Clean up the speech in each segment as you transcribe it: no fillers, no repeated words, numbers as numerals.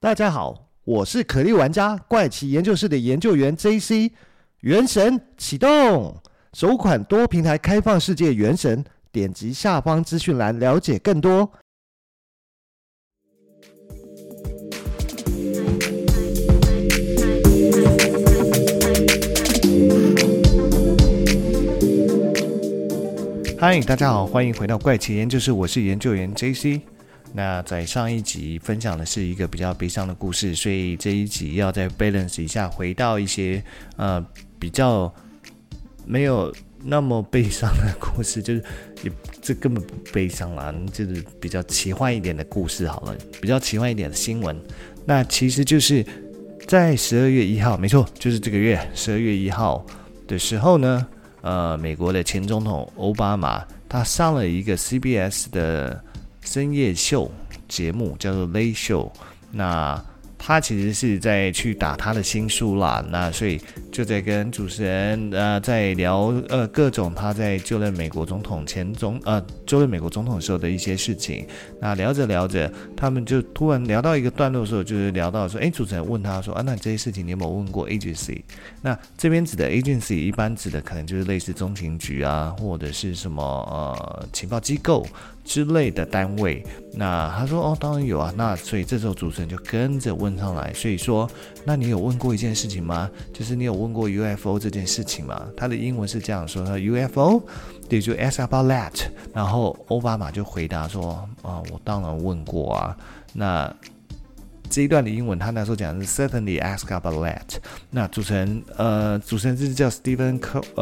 大家好，我是可莉玩家怪奇研究室的研究员 JC。原神启动，首款多平台开放世界原神，点击下方资讯栏了解更多。嗨，大家好，欢迎回到怪奇研究室，我是研究员 JC。那在上一集分享的是一个比较悲伤的故事，所以这一集要再 balance 一下，回到一些比较没有那么悲伤的故事，就是这根本不悲伤啦，就是比较奇幻一点的故事好了，比较奇幻一点的新闻。那其实就是在12月1号，没错，就是这个月12月1号的时候呢，美国的前总统奥巴马他上了一个 CBS 的深夜秀节目，叫做 Late Show。那他其实是在去打他的新书啦，那所以就在跟主持人在聊各种他在就任美国总统就任美国总统的时候的一些事情。那聊着聊着，他们就突然聊到一个段落的时候，就是聊到说，主持人问他说，那这些事情你有没有问过 agency？ 那这边指的 agency 一般指的可能就是类似中情局啊，或者是什么情报机构之类的单位。那他说当然有啊。那所以这时候主持人就跟着问上来，所以说那你有问过一件事情吗？就是你有问过 UFO 这件事情吗？他的英文是这样说，他 UFO Did you ask about that？ 然后奥巴马就回答说我当然问过啊。那这一段的英文他那时候讲的是 Certainly ask about that。 那主持人是叫 Stephen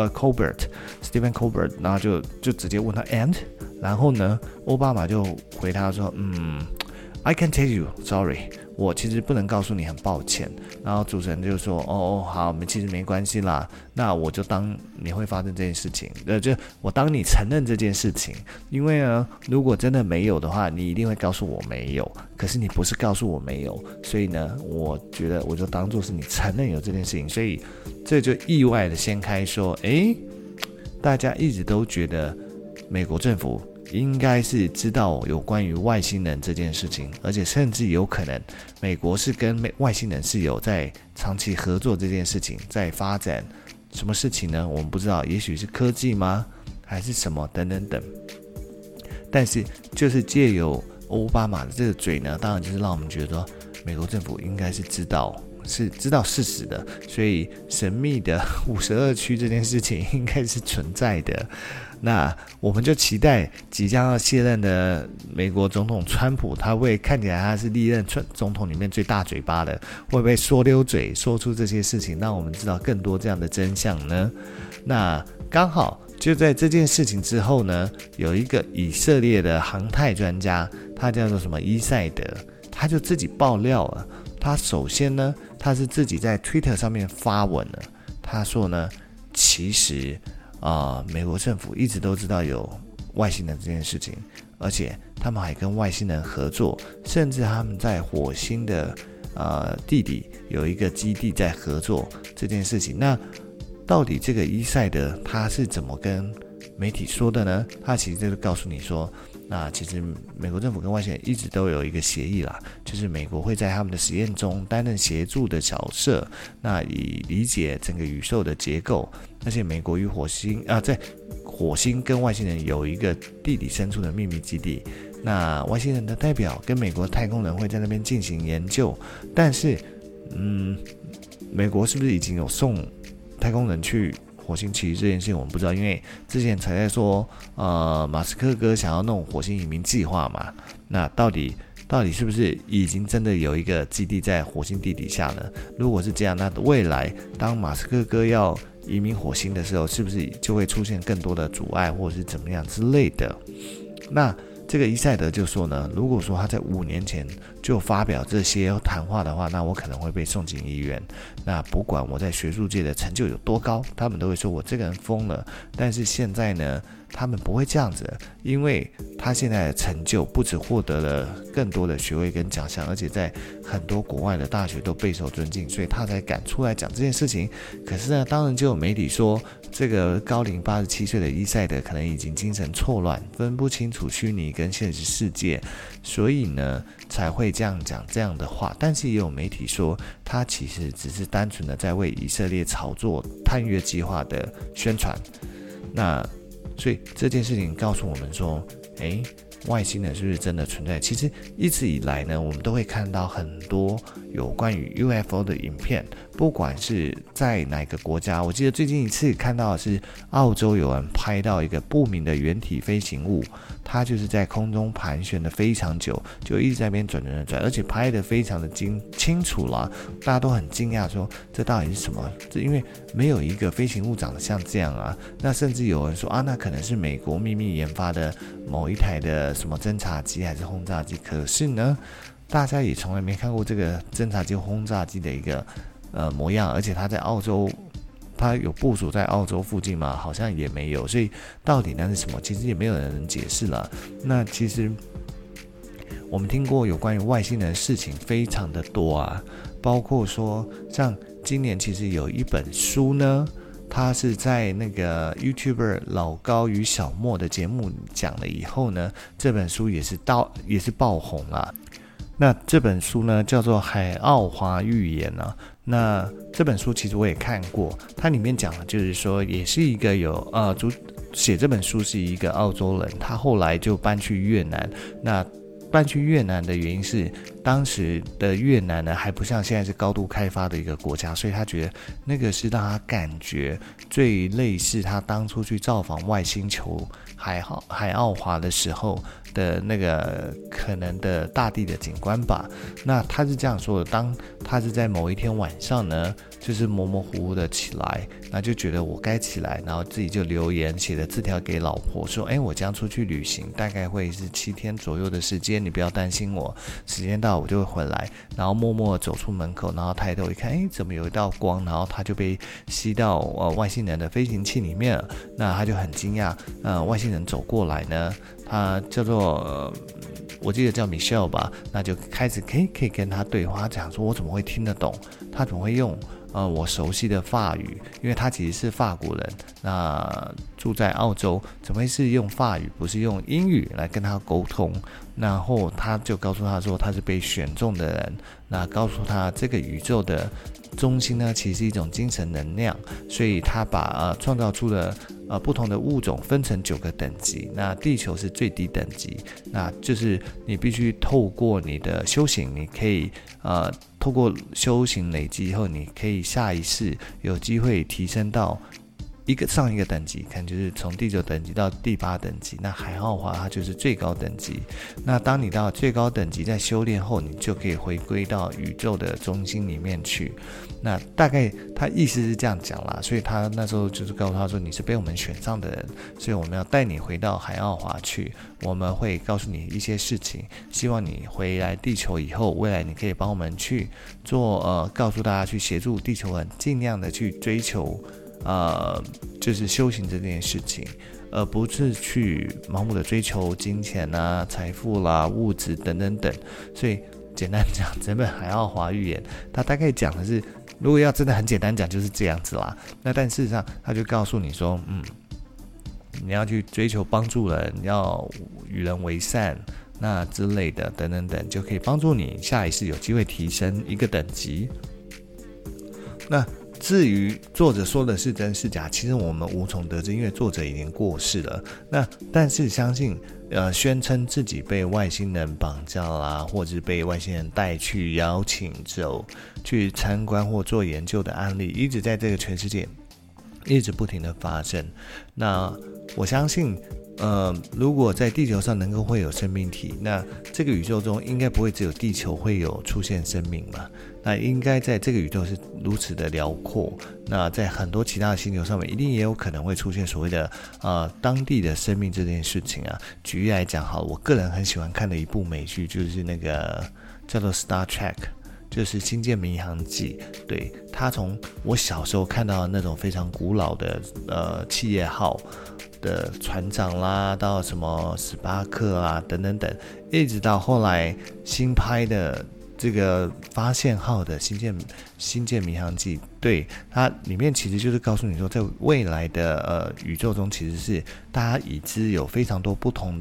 Colbert， 然后就直接问他 and， 然后呢奥巴马就回答说I can tell you sorry， 我其实不能告诉你，很抱歉。然后主持人就说好，其实没关系啦，那我就当你会发生这件事情，就我当你承认这件事情，因为呢如果真的没有的话，你一定会告诉我没有，可是你不是告诉我没有，所以呢我觉得我就当作是你承认有这件事情。所以这就意外的掀开说大家一直都觉得美国政府应该是知道有关于外星人这件事情，而且甚至有可能美国是跟外星人是有在长期合作这件事情，在发展什么事情呢？我们不知道，也许是科技吗？还是什么等等等。但是就是借由奥巴马的这个嘴呢，当然就是让我们觉得说美国政府应该是知道事实的，所以神秘的52区这件事情应该是存在的。那我们就期待即将要卸任的美国总统川普，他会看起来他是历任总统里面最大嘴巴的，会不会说溜嘴说出这些事情，让我们知道更多这样的真相呢？那刚好就在这件事情之后呢，有一个以色列的航太专家，他叫做什么伊赛德，他就自己爆料了。他首先呢，他是自己在 Twitter 上面发文了，他说呢，其实美国政府一直都知道有外星人这件事情，而且他们还跟外星人合作，甚至他们在火星的地底有一个基地在合作这件事情。那到底这个伊赛德他是怎么跟媒体说的呢？他其实就是告诉你说，那其实美国政府跟外星人一直都有一个协议啦，就是美国会在他们的实验中担任协助的角色，那以理解整个宇宙的结构。而且美国与在火星跟外星人有一个地底深处的秘密基地，那外星人的代表跟美国太空人会在那边进行研究。但是美国是不是已经有送太空人去火星？其实这件事情我们不知道，因为之前才在说马斯克哥想要弄火星移民计划嘛，那到底是不是已经真的有一个基地在火星地底下呢？如果是这样，那未来当马斯克哥要移民火星的时候，是不是就会出现更多的阻碍或者是怎么样之类的？那这个伊赛德就说呢，如果说他在5年前就发表这些谈话的话，那我可能会被送进医院。那不管我在学术界的成就有多高，他们都会说我这个人疯了。但是现在呢，他们不会这样子，因为他现在的成就不只获得了更多的学位跟奖项，而且在很多国外的大学都备受尊敬，所以他才敢出来讲这件事情。可是呢，当然就有媒体说，这个高龄87岁的伊赛德可能已经精神错乱，分不清楚虚拟跟现实世界， 所以呢才会这样讲这样的话。但是也有媒体说，他其实只是单纯的在为以色列炒作探月计划的宣传。那所以这件事情告诉我们说，外星人是不是真的存在？其实一直以来呢，我们都会看到很多有关于 UFO 的影片，不管是在哪个国家。我记得最近一次看到的是澳洲有人拍到一个不明的圆体飞行物，它就是在空中盘旋的非常久，就一直在那边转，而且拍的非常的清楚啦，大家都很惊讶说这到底是什么？这因为没有一个飞行物长得像这样啊。那甚至有人说那可能是美国秘密研发的某一台的什么侦察机还是轰炸机，可是呢大家也从来没看过这个侦察机轰炸机的一个模样，而且它在澳洲，它有部署在澳洲附近吗？好像也没有，所以到底那是什么？其实也没有人能解释了。那其实我们听过有关于外星人的事情非常的多啊，包括说像今年其实有一本书呢，他是在那个 YouTuber 老高与小莫的节目讲了以后呢，这本书也是爆红了。那这本书呢叫做《海奥华预言》啊。那这本书其实我也看过，它里面讲的就是说，也是一个写这本书是一个澳洲人，他后来就搬去越南。那搬去越南的原因是，当时的越南呢还不像现在是高度开发的一个国家，所以他觉得那个是让他感觉最类似他当初去造访外星球海奥华的时候的那个可能的大地的景观吧。那他是这样说的，当他是在某一天晚上呢，就是模模糊糊的起来，那就觉得我该起来，然后自己就留言写了字条给老婆说，我将出去旅行，大概会是7天左右的时间，你不要担心我，时间到我就会回来。然后默默地走出门口，然后抬头一看，怎么有一道光，然后他就被吸到外星人的飞行器里面了。那他就很惊讶，外星人走过来呢，他叫做我记得叫 Michelle 吧，那就开始可以跟他对话，讲说我怎么会听得懂，他怎么会用我熟悉的法语，因为他其实是法国人，那住在澳洲，怎么会是用法语不是用英语来跟他沟通？然后他就告诉他说他是被选中的人，那告诉他这个宇宙的中心呢其实是一种精神能量，所以他把创造出了不同的物种分成9个等级，那地球是最低等级，那就是你必须透过你的修行，你可以透过修行累积以后，你可以下一世有机会提升到上一个等级，可能就是从第9等级到第8等级，那海奥华它就是最高等级。那当你到最高等级在修炼后，你就可以回归到宇宙的中心里面去。那大概他意思是这样讲啦，所以他那时候就是告诉他说，你是被我们选上的人，所以我们要带你回到海奥华去，我们会告诉你一些事情，希望你回来地球以后，未来你可以帮我们去做告诉大家去协助地球人尽量的去追求就是修行这件事情，而不是去盲目的追求金钱啊、财富啦、物质等等等。所以简单讲，整本海奥华预言，它大概讲的是，如果要真的很简单讲，就是这样子啦。那但事实上，他就告诉你说，你要去追求帮助人，要与人为善，那之类的等等等，就可以帮助你下一世有机会提升一个等级。那至于作者说的是真是假，其实我们无从得知，因为作者已经过世了。那但是相信宣称自己被外星人绑架啦，或者是被外星人带去邀请走去参观或做研究的案例，一直在这个全世界一直不停的发生。那我相信如果在地球上能够会有生命体，那这个宇宙中应该不会只有地球会有出现生命嘛？那应该在这个宇宙是如此的辽阔，那在很多其他的星球上面一定也有可能会出现所谓的当地的生命这件事情啊。举例来讲好，我个人很喜欢看的一部美剧就是那个叫做 Star Trek， 就是星舰迷航记。对，它从我小时候看到的那种非常古老的企业号的船长啦，到什么史巴克啊等等等，一直到后来新拍的这个发现号的星舰迷航记，对，它里面其实就是告诉你说，在未来的宇宙中，其实是大家已知有非常多不同的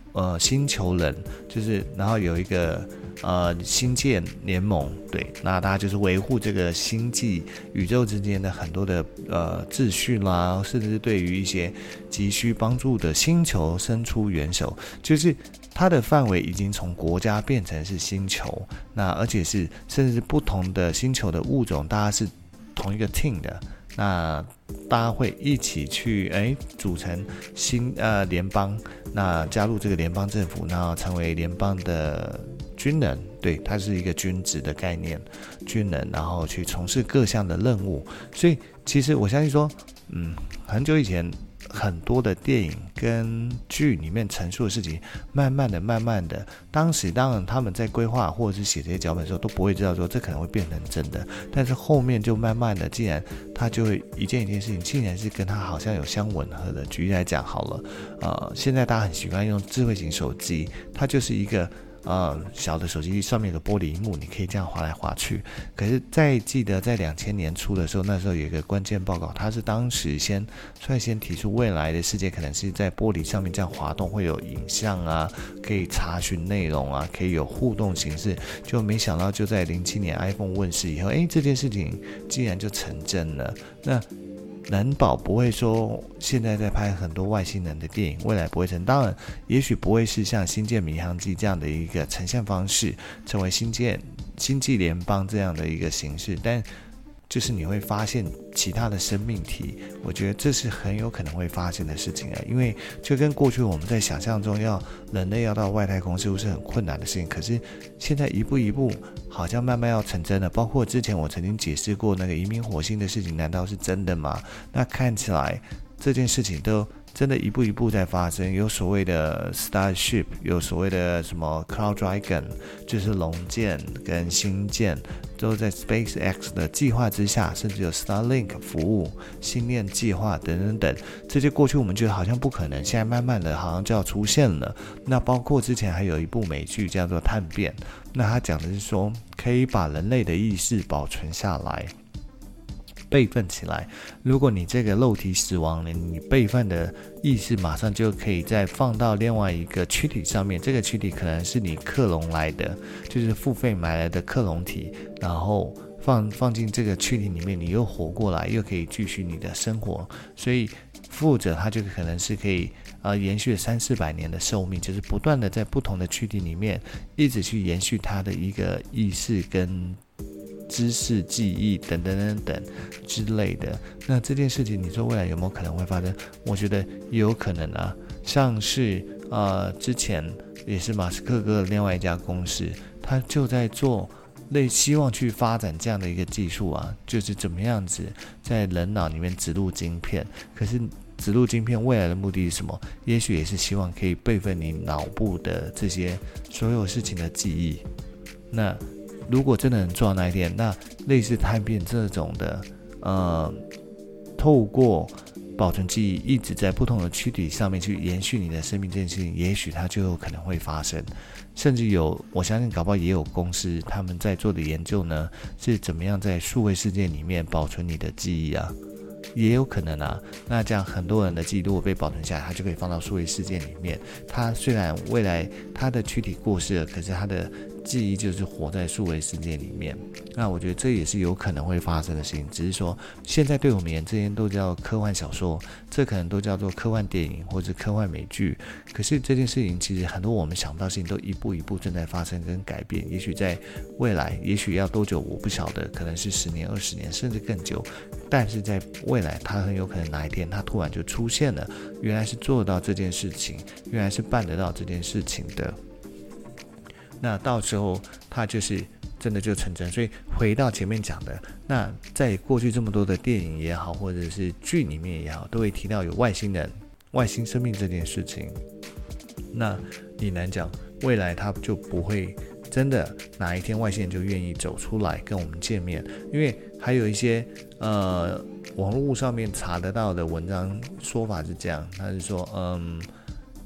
星球人，就是然后有一个星舰联盟，对，那大家就是维护这个星际宇宙之间的很多的秩序啦，甚至是对于一些急需帮助的星球伸出援手，就是它的范围已经从国家变成是星球，那而且是甚至是不同的星球的物种，大家是同一个 team 的，那大家会一起去组成联邦，那加入这个联邦政府，然后成为联邦的军人，对，它是一个军职的概念，军人，然后去从事各项的任务。所以其实我相信说，很久以前很多的电影跟剧里面陈述的事情，慢慢的，当然他们在规划或者是写这些脚本的时候都不会知道说这可能会变成真的，但是后面就慢慢的，既然他就会一件事情竟然是跟他好像有相吻合的。举例来讲好了，现在大家很习惯用智慧型手机，它就是一个小的手机上面有个玻璃屏幕，你可以这样滑来滑去。可是记得在2000年初的时候，那时候有一个关键报告，它是当时率先提出未来的世界可能是在玻璃上面这样滑动，会有影像啊，可以查询内容啊，可以有互动形式。就没想到就在07年 iPhone 问世以后，这件事情竟然就成真了。那难保不会说现在在拍很多外星人的电影，未来不会成，当然也许不会是像星舰迷航记这样的一个呈现方式，成为星际联邦这样的一个形式，但就是你会发现其他的生命体，我觉得这是很有可能会发生的事情因为就跟过去我们在想象中人类要到外太空似乎是很困难的事情，可是现在一步一步好像慢慢要成真了。包括之前我曾经解释过那个移民火星的事情，难道是真的吗？那看起来这件事情都真的一步一步在发生，有所谓的 Starship， 有所谓的什么 Cloud Dragon， 就是龙舰跟星舰都在 SpaceX 的计划之下，甚至有 Starlink 服务、星链计划等等，这些过去我们觉得好像不可能，现在慢慢的好像就要出现了。那包括之前还有一部美剧叫做《探变》，那它讲的是说可以把人类的意识保存下来，备份起来。如果你这个肉体死亡了，你备份的意识马上就可以再放到另外一个躯体上面，这个躯体可能是你克隆来的，就是付费买来的克隆体，然后放进这个躯体里面，你又活过来，又可以继续你的生活。所以负责它就可能是可以延续300-400年的寿命，就是不断的在不同的躯体里面一直去延续它的一个意识跟知识记忆等之类的。那这件事情你说未来有没有可能会发生？我觉得也有可能啊，像是之前也是马斯克哥的另外一家公司，他就在做希望去发展这样的一个技术啊，就是怎么样子在人脑里面植入晶片。可是植入晶片未来的目的是什么？也许也是希望可以备份你脑部的这些所有事情的记忆。那如果真的能做到那一天，那类似探变这种的透过保存记忆一直在不同的躯体上面去延续你的生命这件事情，也许它就有可能会发生。甚至我相信搞不好也有公司他们在做的研究呢，是怎么样在数位世界里面保存你的记忆啊，也有可能啊。那这样很多人的记忆如果被保存下来，它就可以放到数位世界里面。它虽然未来它的躯体过世了，可是它的记忆就是活在数位世界里面。那我觉得这也是有可能会发生的事情，只是说现在对我们而言这些都叫科幻小说，这可能都叫做科幻电影或者科幻美剧。可是这件事情其实很多我们想不到的事情都一步一步正在发生跟改变，也许在未来，也许要多久我不晓得，可能是10年20年甚至更久，但是在未来它很有可能哪一天它突然就出现了，原来是做得到这件事情，原来是办得到这件事情的。那到时候它就是真的就成真。所以回到前面讲的，那在过去这么多的电影也好，或者是剧里面也好，都会提到有外星人、外星生命这件事情。那你难讲未来它就不会真的哪一天外星人就愿意走出来跟我们见面，因为还有一些网络上面查得到的文章说法是这样，他是说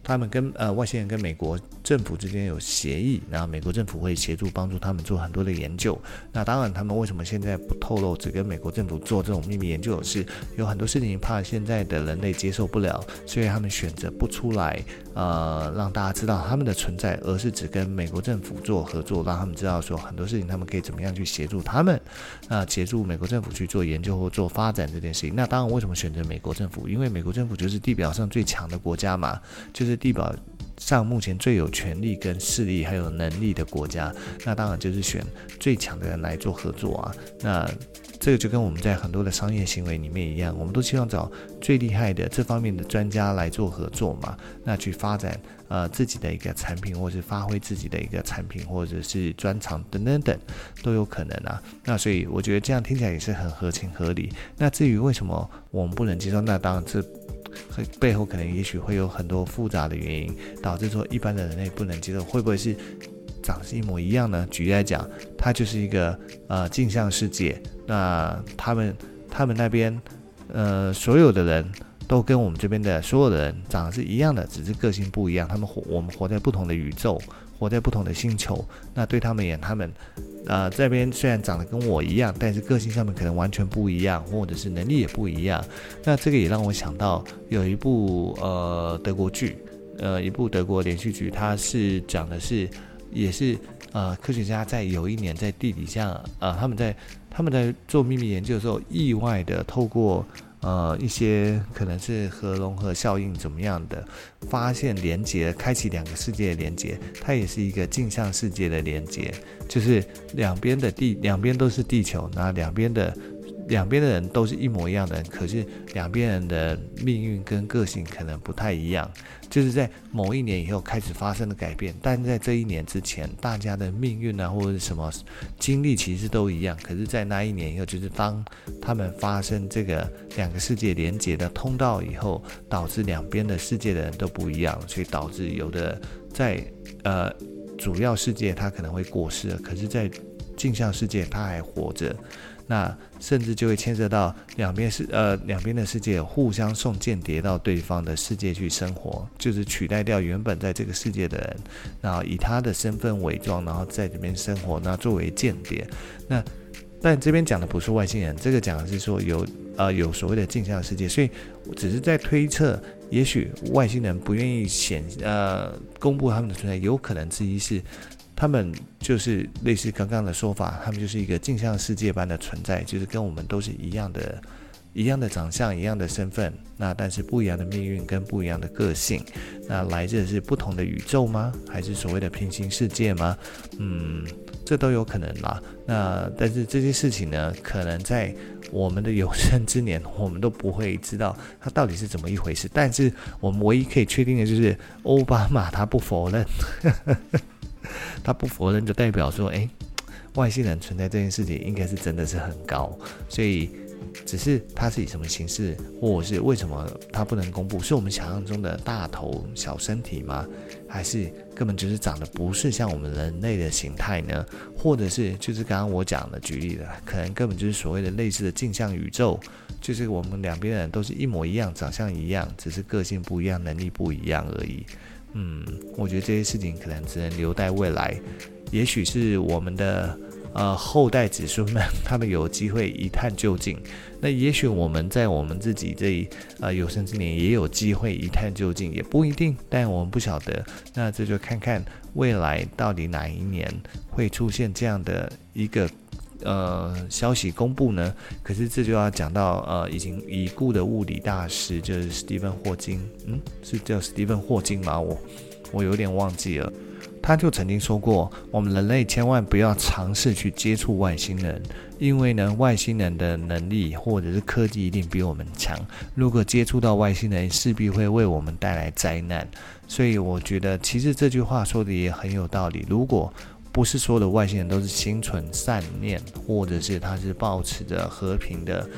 他们跟外星人跟美国政府之间有协议，然后美国政府会协助帮助他们做很多的研究。那当然他们为什么现在不透露，只跟美国政府做这种秘密研究，是有很多事情怕现在的人类接受不了，所以他们选择不出来让大家知道他们的存在，而是只跟美国政府做合作，让他们知道说很多事情他们可以怎么样去协助他们，协助美国政府去做研究或做发展这件事情。那当然为什么选择美国政府？因为美国政府就是地表上最强的国家嘛，就是地表上目前最有权力跟势力还有能力的国家，那当然就是选最强的人来做合作啊。那这个就跟我们在很多的商业行为里面一样，我们都希望找最厉害的这方面的专家来做合作嘛，那去发展自己的一个产品，或是发挥自己的一个产品，或者是专长等等等都有可能啊。那所以我觉得这样听起来也是很合情合理。那至于为什么我们不能接受，那当然这背后可能也许会有很多复杂的原因，导致说一般的人类不能接受。会不会是长得是一模一样呢？举例来讲，它就是一个镜像世界，那他们那边所有的人都跟我们这边的所有的人长得是一样的，只是个性不一样。我们活在不同的宇宙，活在不同的星球，那对他们而言，他们这边虽然长得跟我一样，但是个性上面可能完全不一样，或者是能力也不一样。那这个也让我想到有一部德国剧，一部德国连续剧，它是讲的是也是科学家在有一年在地底下他们在做秘密研究的时候，意外的透过一些可能是核融合效应怎么样的，发现连结，开启两个世界的连结，它也是一个镜像世界的连结，就是两边都是地球，那两边的人都是一模一样的人，可是两边人的命运跟个性可能不太一样，就是在某一年以后开始发生的改变，但在这一年之前，大家的命运或者是什么经历其实都一样，可是在那一年以后，就是当他们发生这个两个世界连结的通道以后，导致两边的世界的人都不一样，所以导致有的在主要世界他可能会过世了，可是在镜像世界他还活着，那甚至就会牵涉到两边的世界互相送间谍到对方的世界去生活，就是取代掉原本在这个世界的人，然后以他的身份伪装，然后在这边生活，那作为间谍。那但这边讲的不是外星人，这个讲的是说有所谓的镜像世界，所以我只是在推测，也许外星人不愿意公布他们的存在，有可能之一是他们就是类似刚刚的说法，他们就是一个镜像世界般的存在，就是跟我们都是一样的长相，一样的身份，那但是不一样的命运跟不一样的个性，那来自的是不同的宇宙吗？还是所谓的平行世界吗？这都有可能啦。那但是这些事情呢，可能在我们的有生之年，我们都不会知道它到底是怎么一回事。但是我们唯一可以确定的就是奥巴马他不否认他不否认就代表说外星人存在这件事情应该是真的是很高，所以只是它是以什么形式，或者是为什么它不能公布，是我们想象中的大头小身体吗？还是根本就是长得不是像我们人类的形态呢？或者是就是刚刚我讲的举例的，可能根本就是所谓的类似的镜像宇宙，就是我们两边的人都是一模一样，长相一样，只是个性不一样，能力不一样而已。我觉得这些事情可能只能留待未来，也许是我们的后代子孙们他们有机会一探究竟，那也许我们在我们自己这有生之年也有机会一探究竟，也不一定，但我们不晓得。那这就看看未来到底哪一年会出现这样的一个消息公布呢？可是这就要讲到已经已故的物理大师，就是史蒂芬霍金，是叫史蒂芬霍金吗？我有点忘记了。他就曾经说过，我们人类千万不要尝试去接触外星人，因为呢，外星人的能力或者是科技一定比我们强。如果接触到外星人，势必会为我们带来灾难。所以我觉得，其实这句话说的也很有道理。如果不是所有的外星人都是心存善念，或者是他是抱持着和平的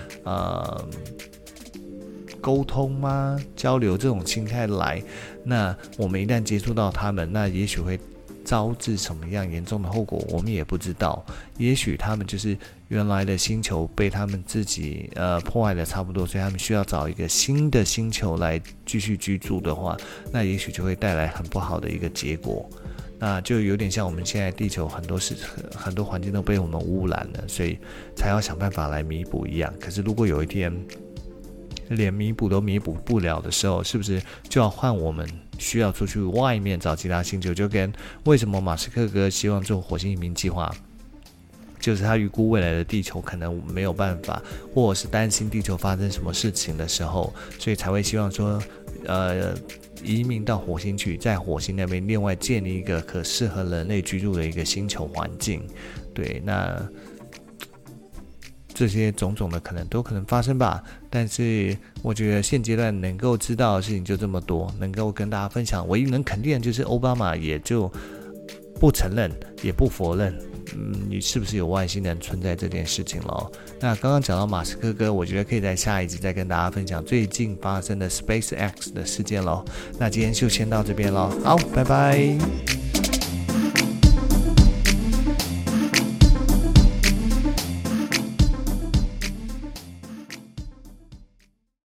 沟通交流这种心态来，那我们一旦接触到他们，那也许会招致什么样严重的后果，我们也不知道。也许他们就是原来的星球被他们自己破坏的差不多，所以他们需要找一个新的星球来继续居住的话，那也许就会带来很不好的一个结果。那就有点像我们现在地球很多环境都被我们污染了，所以才要想办法来弥补一样。可是如果有一天连弥补都弥补不了的时候，是不是就要换我们需要出去外面找其他星球？就跟为什么马斯克哥希望做火星移民计划，就是他预估未来的地球可能没有办法，或者是担心地球发生什么事情的时候，所以才会希望说移民到火星去，在火星那边另外建立一个可适合人类居住的一个星球环境。对，那这些种种的可能都可能发生吧，但是我觉得现阶段能够知道的事情就这么多，能够跟大家分享，唯一能肯定的就是奥巴马也就不承认也不否认你是不是有外星人存在这件事情咯。那刚刚讲到马斯克哥，我觉得可以在下一集再跟大家分享最近发生的 SpaceX 的事件咯。那今天就先到这边咯，好，拜拜。